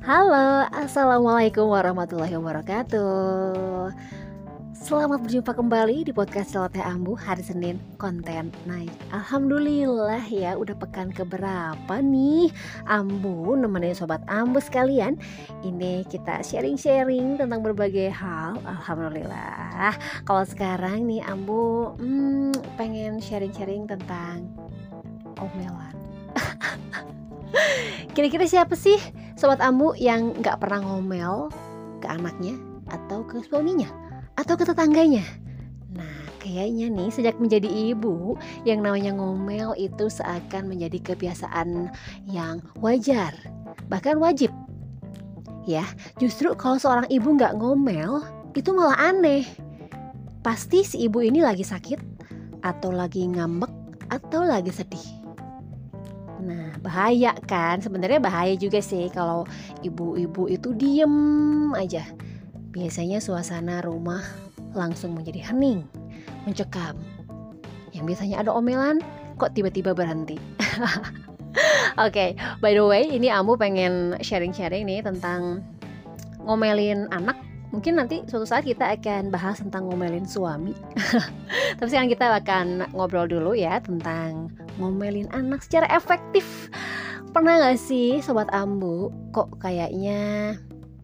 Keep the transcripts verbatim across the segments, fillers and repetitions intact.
Halo, assalamualaikum warahmatullahi wabarakatuh. Selamat berjumpa kembali di podcast Celoteh Ambu hari Senin konten naik. Alhamdulillah ya, udah pekan keberapa nih Ambu nemenin sobat Ambu sekalian. Ini kita sharing-sharing tentang berbagai hal. Alhamdulillah. Kalau sekarang nih Ambu hmm, pengen sharing-sharing tentang omelan. Kira-kira siapa sih sobat Ambu yang gak pernah ngomel ke anaknya atau ke suaminya atau ke tetangganya? Nah, kayaknya nih sejak menjadi ibu, yang namanya ngomel itu seakan menjadi kebiasaan yang wajar, bahkan wajib. Ya, justru kalau seorang ibu gak ngomel, itu malah aneh. Pasti si ibu ini lagi sakit, atau lagi ngambek, atau lagi sedih. Nah, bahaya kan? Sebenarnya bahaya juga sih kalau ibu-ibu itu diem aja. Biasanya suasana rumah langsung menjadi hening, mencekam. Yang biasanya ada omelan, kok tiba-tiba berhenti. Oke, okay, by the way, ini Ambu pengen sharing-sharing nih tentang ngomelin anak. Mungkin nanti suatu saat kita akan bahas tentang ngomelin suami. Tapi sekarang kita akan ngobrol dulu ya tentang ngomelin anak secara efektif. Pernah gak sih sobat Ambu, kok kayaknya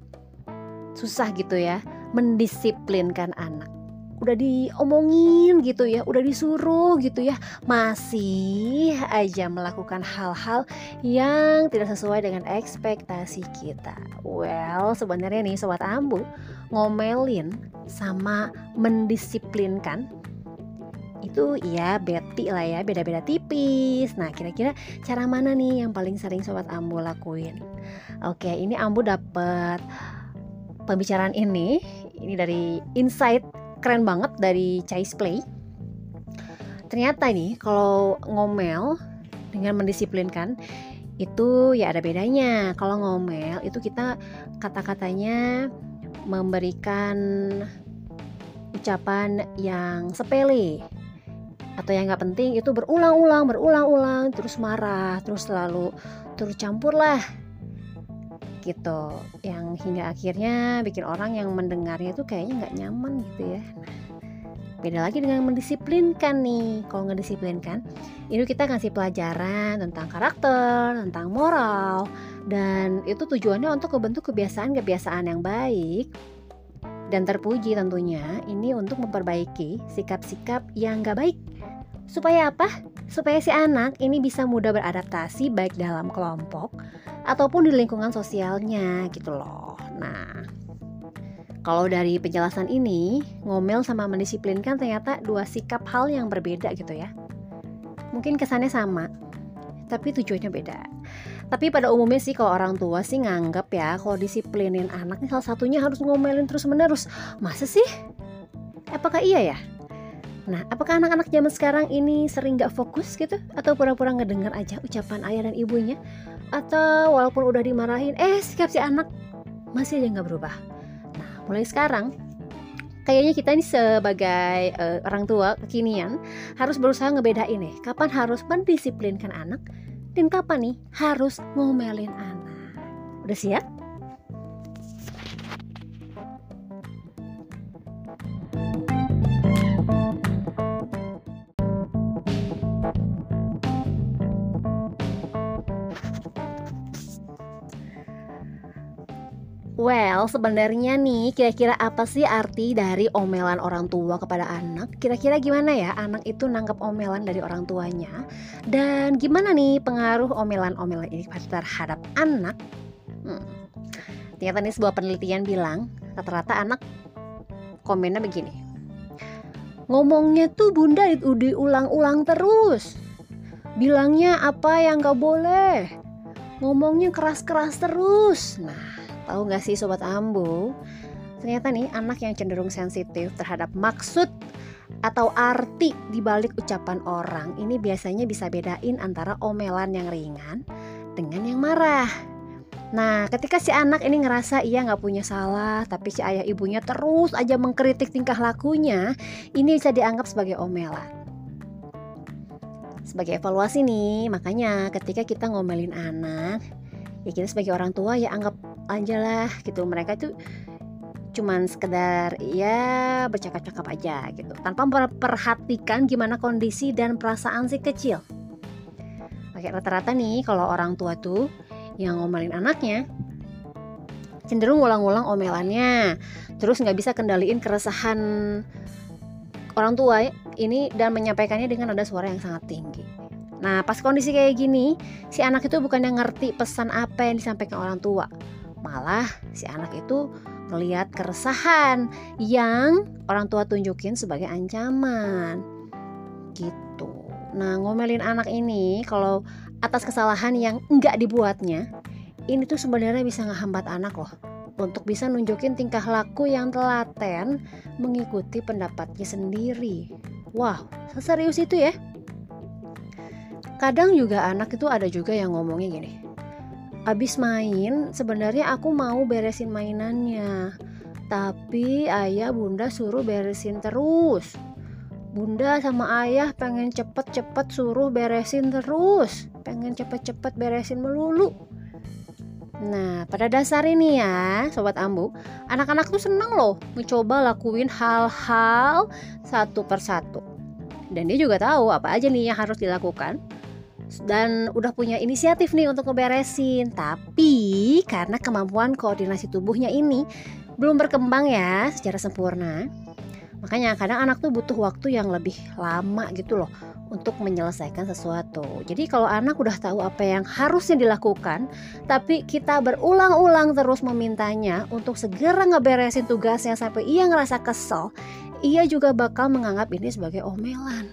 susah gitu ya mendisiplinkan anak? Udah diomongin gitu ya, udah disuruh gitu ya, masih aja melakukan hal-hal yang tidak sesuai dengan ekspektasi kita. Well, sebenarnya nih sobat Ambu, ngomelin sama mendisiplinkan itu ya beti lah ya, beda-beda tipis. Nah, kira-kira cara mana nih yang paling sering sobat Ambu lakuin? Oke, ini Ambu dapet pembicaraan ini ini dari insight keren banget dari Chase Play. Ternyata nih kalau ngomel dengan mendisiplinkan itu ya ada bedanya. Kalau ngomel itu kita kata-katanya memberikan ucapan yang sepele atau yang gak penting, itu berulang-ulang, berulang-ulang, terus marah, terus selalu turut campur lah gitu, yang hingga akhirnya bikin orang yang mendengarnya itu kayaknya gak nyaman gitu ya. Nah, beda lagi dengan mendisiplinkan nih. Kalau ngedisiplinkan itu kita ngasih pelajaran tentang karakter, tentang moral, dan itu tujuannya untuk membentuk kebiasaan-kebiasaan yang baik dan terpuji tentunya. Ini untuk memperbaiki sikap-sikap yang gak baik. Supaya apa? Supaya si anak ini bisa mudah beradaptasi baik dalam kelompok ataupun di lingkungan sosialnya gitu loh. Nah, kalau dari penjelasan ini, ngomel sama mendisiplinkan ternyata dua sikap hal yang berbeda gitu ya. Mungkin kesannya sama, tapi tujuannya beda. Tapi pada umumnya sih kalau orang tua sih nganggap ya, kalau disiplinin anak nih salah satunya harus ngomelin terus menerus. Masa sih? Apakah iya ya? Nah, apakah anak-anak zaman sekarang ini sering gak fokus gitu? Atau pura-pura ngedengar aja ucapan ayah dan ibunya? Atau walaupun udah dimarahin, eh sikap si anak masih aja gak berubah? Nah, mulai sekarang kayaknya kita ini sebagai uh, orang tua kekinian harus berusaha ngebedain nih, kapan harus mendisiplinkan anak dan kapan nih harus ngomelin anak. Udah siap? Well, sebenarnya nih kira-kira apa sih arti dari omelan orang tua kepada anak? Kira-kira gimana ya anak itu nangkep omelan dari orang tuanya? Dan gimana nih pengaruh omelan-omelan ini terhadap anak? Hmm. Ternyata nih sebuah penelitian bilang rata-rata anak komennya begini. Ngomongnya tuh bunda diulang-ulang terus. Bilangnya apa yang gak boleh. Ngomongnya keras-keras terus. Nah, tahu gak sih sobat Ambu, ternyata nih anak yang cenderung sensitif terhadap maksud atau arti dibalik ucapan orang ini biasanya bisa bedain antara omelan yang ringan dengan yang marah. Nah, ketika si anak ini ngerasa ia gak punya salah, tapi si ayah ibunya terus aja mengkritik tingkah lakunya, ini bisa dianggap sebagai omelan. Sebagai evaluasi nih, makanya ketika kita ngomelin anak, Ya kita sebagai orang tua ya anggap aja lah gitu, mereka tuh cuman sekedar ya bercakap-cakap aja gitu, tanpa memperhatikan gimana kondisi dan perasaan si kecil. Oke, rata-rata nih kalau orang tua tuh yang ngomelin anaknya cenderung ngulang-ngulang omelannya, terus nggak bisa kendaliin keresahan orang tua ini dan menyampaikannya dengan nada suara yang sangat tinggi. Nah, pas kondisi kayak gini, si anak itu bukannya ngerti pesan apa yang disampaikan orang tua, malah si anak itu ngelihat keresahan yang orang tua tunjukin sebagai ancaman gitu. Nah, ngomelin anak ini kalau atas kesalahan yang enggak dibuatnya, ini tuh sebenarnya bisa ngehambat anak loh untuk bisa nunjukin tingkah laku yang telaten mengikuti pendapatnya sendiri. Wow, serius itu ya. Kadang juga anak itu ada juga yang ngomongnya gini, abis main sebenarnya aku mau beresin mainannya, tapi ayah bunda suruh beresin terus. Bunda sama ayah pengen cepet-cepet suruh beresin terus, pengen cepet-cepet beresin melulu. Nah, pada dasar ini ya Sobat Ambu, anak-anak tuh seneng loh mencoba lakuin hal-hal satu persatu. Dan dia juga tahu apa aja nih yang harus dilakukan, dan udah punya inisiatif nih untuk ngeberesin. Tapi karena kemampuan koordinasi tubuhnya ini belum berkembang ya secara sempurna, makanya kadang anak tuh butuh waktu yang lebih lama gitu loh untuk menyelesaikan sesuatu. Jadi kalau anak udah tahu apa yang harusnya dilakukan, tapi kita berulang-ulang terus memintanya untuk segera ngeberesin tugasnya sampai ia ngerasa kesel, ia juga bakal menganggap ini sebagai omelan.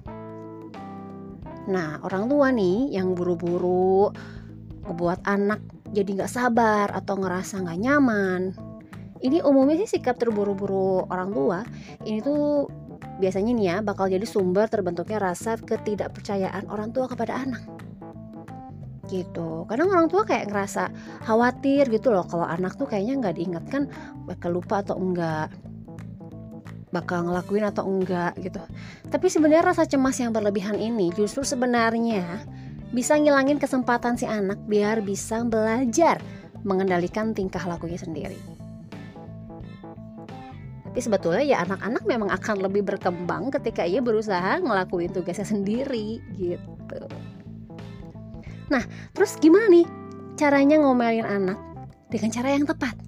Nah, orang tua nih yang buru-buru ngebuat anak jadi gak sabar atau ngerasa gak nyaman, ini umumnya sih sikap terburu-buru orang tua ini tuh biasanya nih ya bakal jadi sumber terbentuknya rasa ketidakpercayaan orang tua kepada anak gitu. Kadang orang tua kayak ngerasa khawatir gitu loh kalau anak tuh kayaknya gak diingatkan bakal lupa atau enggak, bakal ngelakuin atau enggak gitu. Tapi sebenarnya rasa cemas yang berlebihan ini justru sebenarnya bisa ngilangin kesempatan si anak biar bisa belajar mengendalikan tingkah lakunya sendiri. Tapi sebetulnya ya anak-anak memang akan lebih berkembang ketika ia berusaha ngelakuin tugasnya sendiri gitu. Nah, terus gimana nih caranya ngomelin anak dengan cara yang tepat?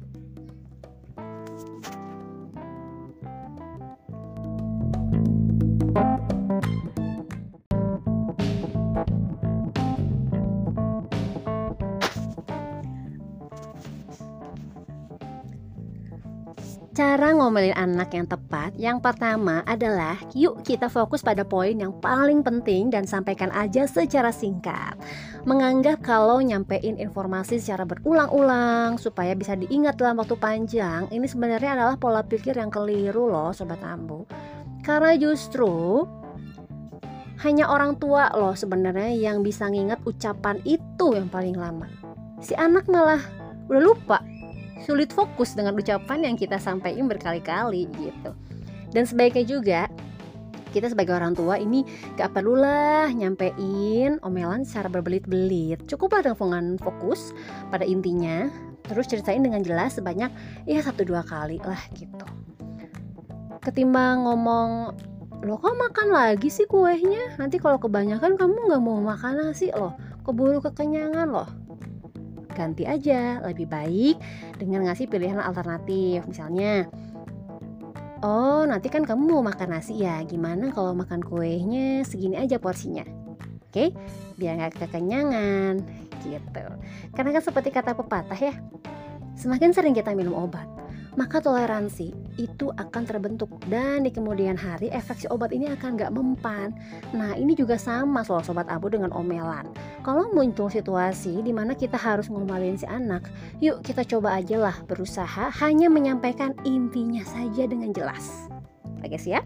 Cara ngomelin anak yang tepat, yang pertama adalah yuk kita fokus pada poin yang paling penting dan sampaikan aja secara singkat. Menganggap kalau nyampein informasi secara berulang-ulang supaya bisa diingat dalam waktu panjang, ini sebenarnya adalah pola pikir yang keliru loh Sobat Ambu. Karena justru hanya orang tua loh sebenarnya yang bisa nginget ucapan itu yang paling lama. Si anak malah udah lupa, sulit fokus dengan ucapan yang kita sampaikan berkali-kali gitu. Dan sebaiknya juga kita sebagai orang tua ini gak perlulah nyampein omelan secara berbelit-belit. Cukuplah dengan fokus pada intinya, terus ceritain dengan jelas sebanyak ya satu dua kali lah gitu. Ketimbang ngomong, loh kok makan lagi sih kuenya, nanti kalau kebanyakan kamu gak mau makan nasi loh, keburu kekenyangan loh. Ganti aja, lebih baik dengan ngasih pilihan alternatif. Misalnya, oh nanti kan kamu mau makan nasi ya, gimana kalau makan kuenya segini aja porsinya, oke? Biar gak kekenyangan gitu. Karena kan seperti kata pepatah ya, semakin sering kita minum obat, maka toleransi itu akan terbentuk, dan di kemudian hari efek si obat ini akan gak mempan. Nah ini juga sama loh Sobat Ambu dengan omelan. Kalau muncul situasi dimana kita harus ngomelin si anak, yuk kita coba aja lah berusaha hanya menyampaikan intinya saja dengan jelas. Oke siap?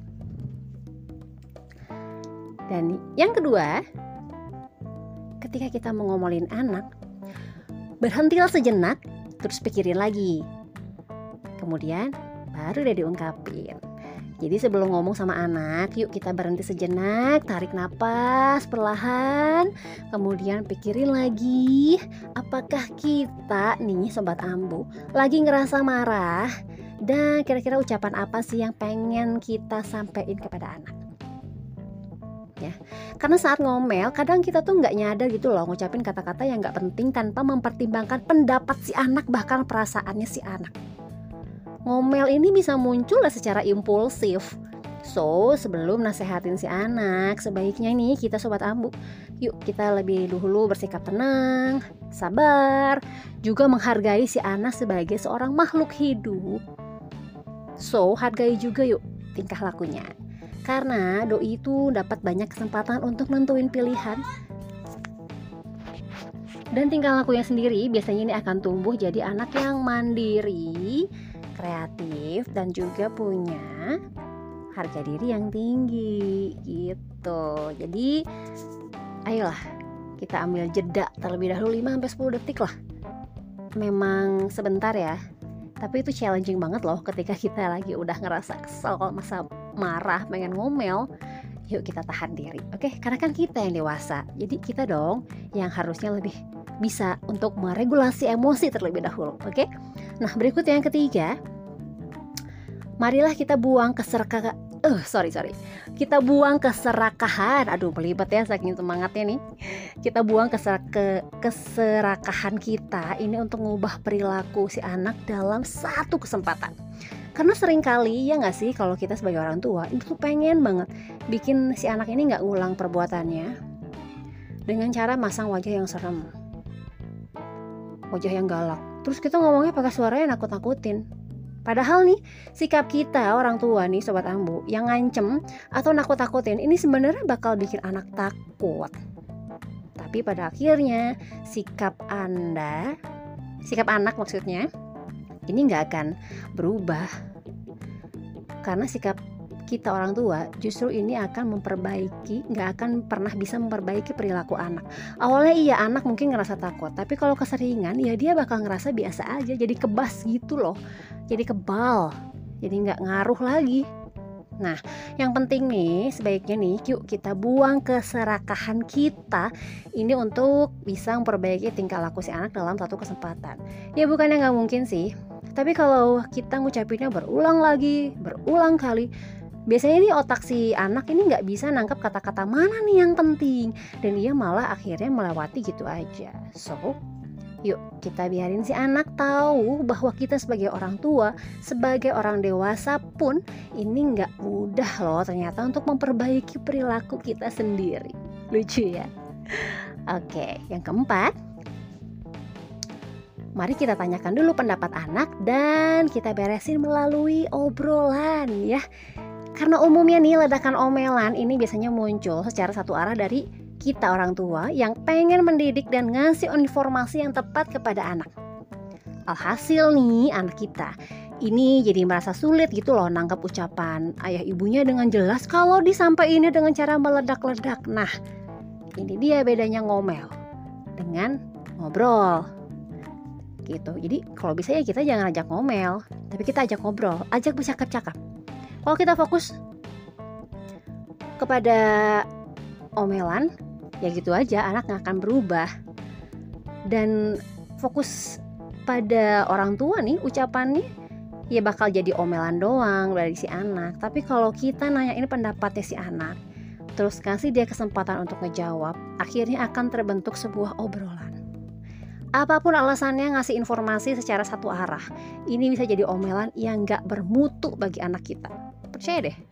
Dan yang kedua, ketika kita mengomolin anak, berhentilah sejenak, terus pikirin lagi, kemudian baru deh diungkapin. Jadi sebelum ngomong sama anak, yuk kita berhenti sejenak, tarik napas perlahan, kemudian pikirin lagi, apakah kita nih Sobat Ambu lagi ngerasa marah, dan kira-kira ucapan apa sih yang pengen kita sampaikan kepada anak. Ya, karena saat ngomel kadang kita tuh nggak nyadar gitu loh, ngucapin kata-kata yang nggak penting tanpa mempertimbangkan pendapat si anak, bahkan perasaannya si anak. Ngomel ini bisa muncul secara impulsif. So, sebelum nasehatin si anak, sebaiknya nih kita Sobat Ambu, yuk kita lebih dulu bersikap tenang, sabar, juga menghargai si anak sebagai seorang makhluk hidup. So, hargai juga yuk tingkah lakunya. Karena doi itu dapat banyak kesempatan untuk nentuin pilihan. Dan tingkah lakunya sendiri biasanya ini akan tumbuh jadi anak yang mandiri, kreatif, dan juga punya harga diri yang tinggi gitu. Jadi ayolah kita ambil jeda terlebih dahulu lima sampai sepuluh detik lah. Memang sebentar ya, tapi itu challenging banget loh ketika kita lagi udah ngerasa kesel, masa marah, pengen ngomel. Yuk kita tahan diri, oke? Karena kan kita yang dewasa, jadi kita dong yang harusnya lebih bisa untuk meregulasi emosi terlebih dahulu, oke? Nah, berikut yang ketiga, marilah kita buang keserakahan. Uh, sorry sorry, kita buang keserakahan. Aduh, belibet ya saking semangatnya nih. Kita buang keser ke keserakahan kita ini untuk mengubah perilaku si anak dalam satu kesempatan. Karena sering kali ya nggak sih, kalau kita sebagai orang tua itu pengen banget bikin si anak ini nggak ngulang perbuatannya dengan cara masang wajah yang serem, wajah yang galak. Terus kita ngomongnya pakai suara yang nakut-nakutin. Padahal nih sikap kita orang tua nih Sobat Ambu yang ngancem atau nakut-nakutin ini sebenarnya bakal bikin anak takut. Tapi pada akhirnya sikap Anda, sikap anak maksudnya, ini gak akan berubah. Karena sikap kita orang tua justru ini akan memperbaiki, gak akan pernah bisa memperbaiki perilaku anak. Awalnya iya anak mungkin ngerasa takut, tapi kalau keseringan ya dia bakal ngerasa biasa aja, jadi kebas gitu loh, jadi kebal, jadi gak ngaruh lagi. Nah, yang penting nih sebaiknya nih yuk kita buang keserakahan kita ini untuk bisa memperbaiki tingkah laku si anak dalam satu kesempatan. Ya bukannya gak mungkin sih, tapi kalau kita ngucapinnya berulang lagi, berulang kali, biasanya nih otak si anak ini gak bisa nangkep kata-kata mana nih yang penting, dan dia malah akhirnya melewati gitu aja. So, yuk kita biarin si anak tahu bahwa kita sebagai orang tua, sebagai orang dewasa pun ini gak mudah loh ternyata untuk memperbaiki perilaku kita sendiri. Lucu ya? Oke, yang keempat, mari kita tanyakan dulu pendapat anak dan kita beresin melalui obrolan ya. Karena umumnya nih ledakan omelan ini biasanya muncul secara satu arah dari kita orang tua yang pengen mendidik dan ngasih informasi yang tepat kepada anak. Alhasil nih anak kita ini jadi merasa sulit gitu loh nangkap ucapan ayah ibunya dengan jelas kalau disampaikannya dengan cara meledak-ledak. Nah, ini dia bedanya ngomel dengan ngobrol gitu. Jadi kalau bisa ya kita jangan ajak ngomel, tapi kita ajak ngobrol, ajak bercakap-cakap. Kalau kita fokus kepada omelan, ya gitu aja, anak gak akan berubah. Dan fokus pada orang tua nih, ucapannya ya bakal jadi omelan doang dari si anak. Tapi kalau kita nanya ini pendapatnya si anak, terus kasih dia kesempatan untuk ngejawab, akhirnya akan terbentuk sebuah obrolan. Apapun alasannya ngasih informasi secara satu arah, ini bisa jadi omelan yang gak bermutu bagi anak kita. Percaya deh.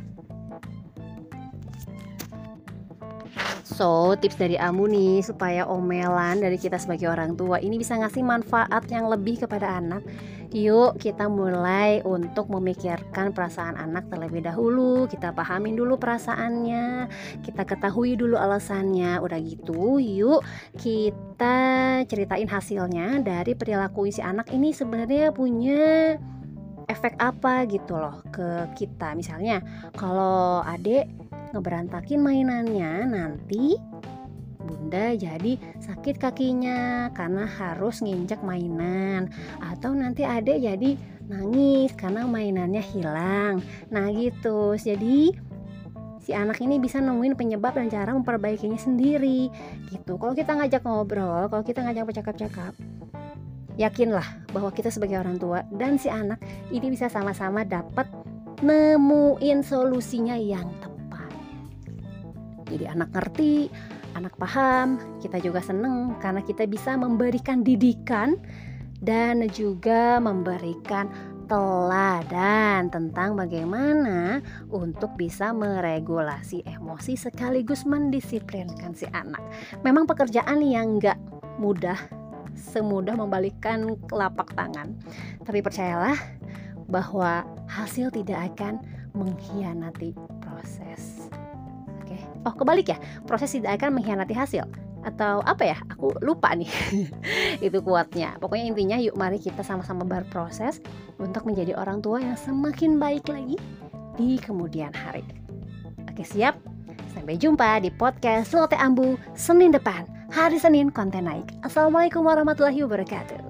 So, tips dari Amu nih supaya omelan dari kita sebagai orang tua ini bisa ngasih manfaat yang lebih kepada anak. Yuk kita mulai untuk memikirkan perasaan anak terlebih dahulu. Kita pahamin dulu perasaannya, kita ketahui dulu alasannya. Udah gitu yuk kita ceritain hasilnya dari perilaku si anak ini sebenarnya punya efek apa gitu loh ke kita. Misalnya kalau adek ngeberantakin mainannya, nanti bunda jadi sakit kakinya karena harus nginjek mainan. Atau nanti adek jadi nangis karena mainannya hilang. Nah gitu, jadi si anak ini bisa nemuin penyebab dan cara memperbaikinya sendiri gitu. Kalau kita ngajak ngobrol, kalau kita ngajak bercakap-cakap, yakinlah bahwa kita sebagai orang tua dan si anak ini bisa sama-sama dapat nemuin solusinya yang tepat. Jadi anak ngerti, anak paham, kita juga seneng karena kita bisa memberikan didikan dan juga memberikan teladan tentang bagaimana untuk bisa meregulasi emosi sekaligus mendisiplinkan si anak. Memang pekerjaan yang gak mudah, semudah membalikkan telapak tangan. Tapi percayalah bahwa hasil tidak akan mengkhianati proses. Oke. Oh, kebalik ya, proses tidak akan mengkhianati hasil. Atau apa ya, aku lupa nih itu kuatnya. Pokoknya intinya yuk mari kita sama-sama berproses untuk menjadi orang tua yang semakin baik lagi di kemudian hari. Oke, siap? Sampai jumpa di podcast Celoteh Ambu Senin depan. Hari Senin konten naik. Assalamualaikum warahmatullahi wabarakatuh.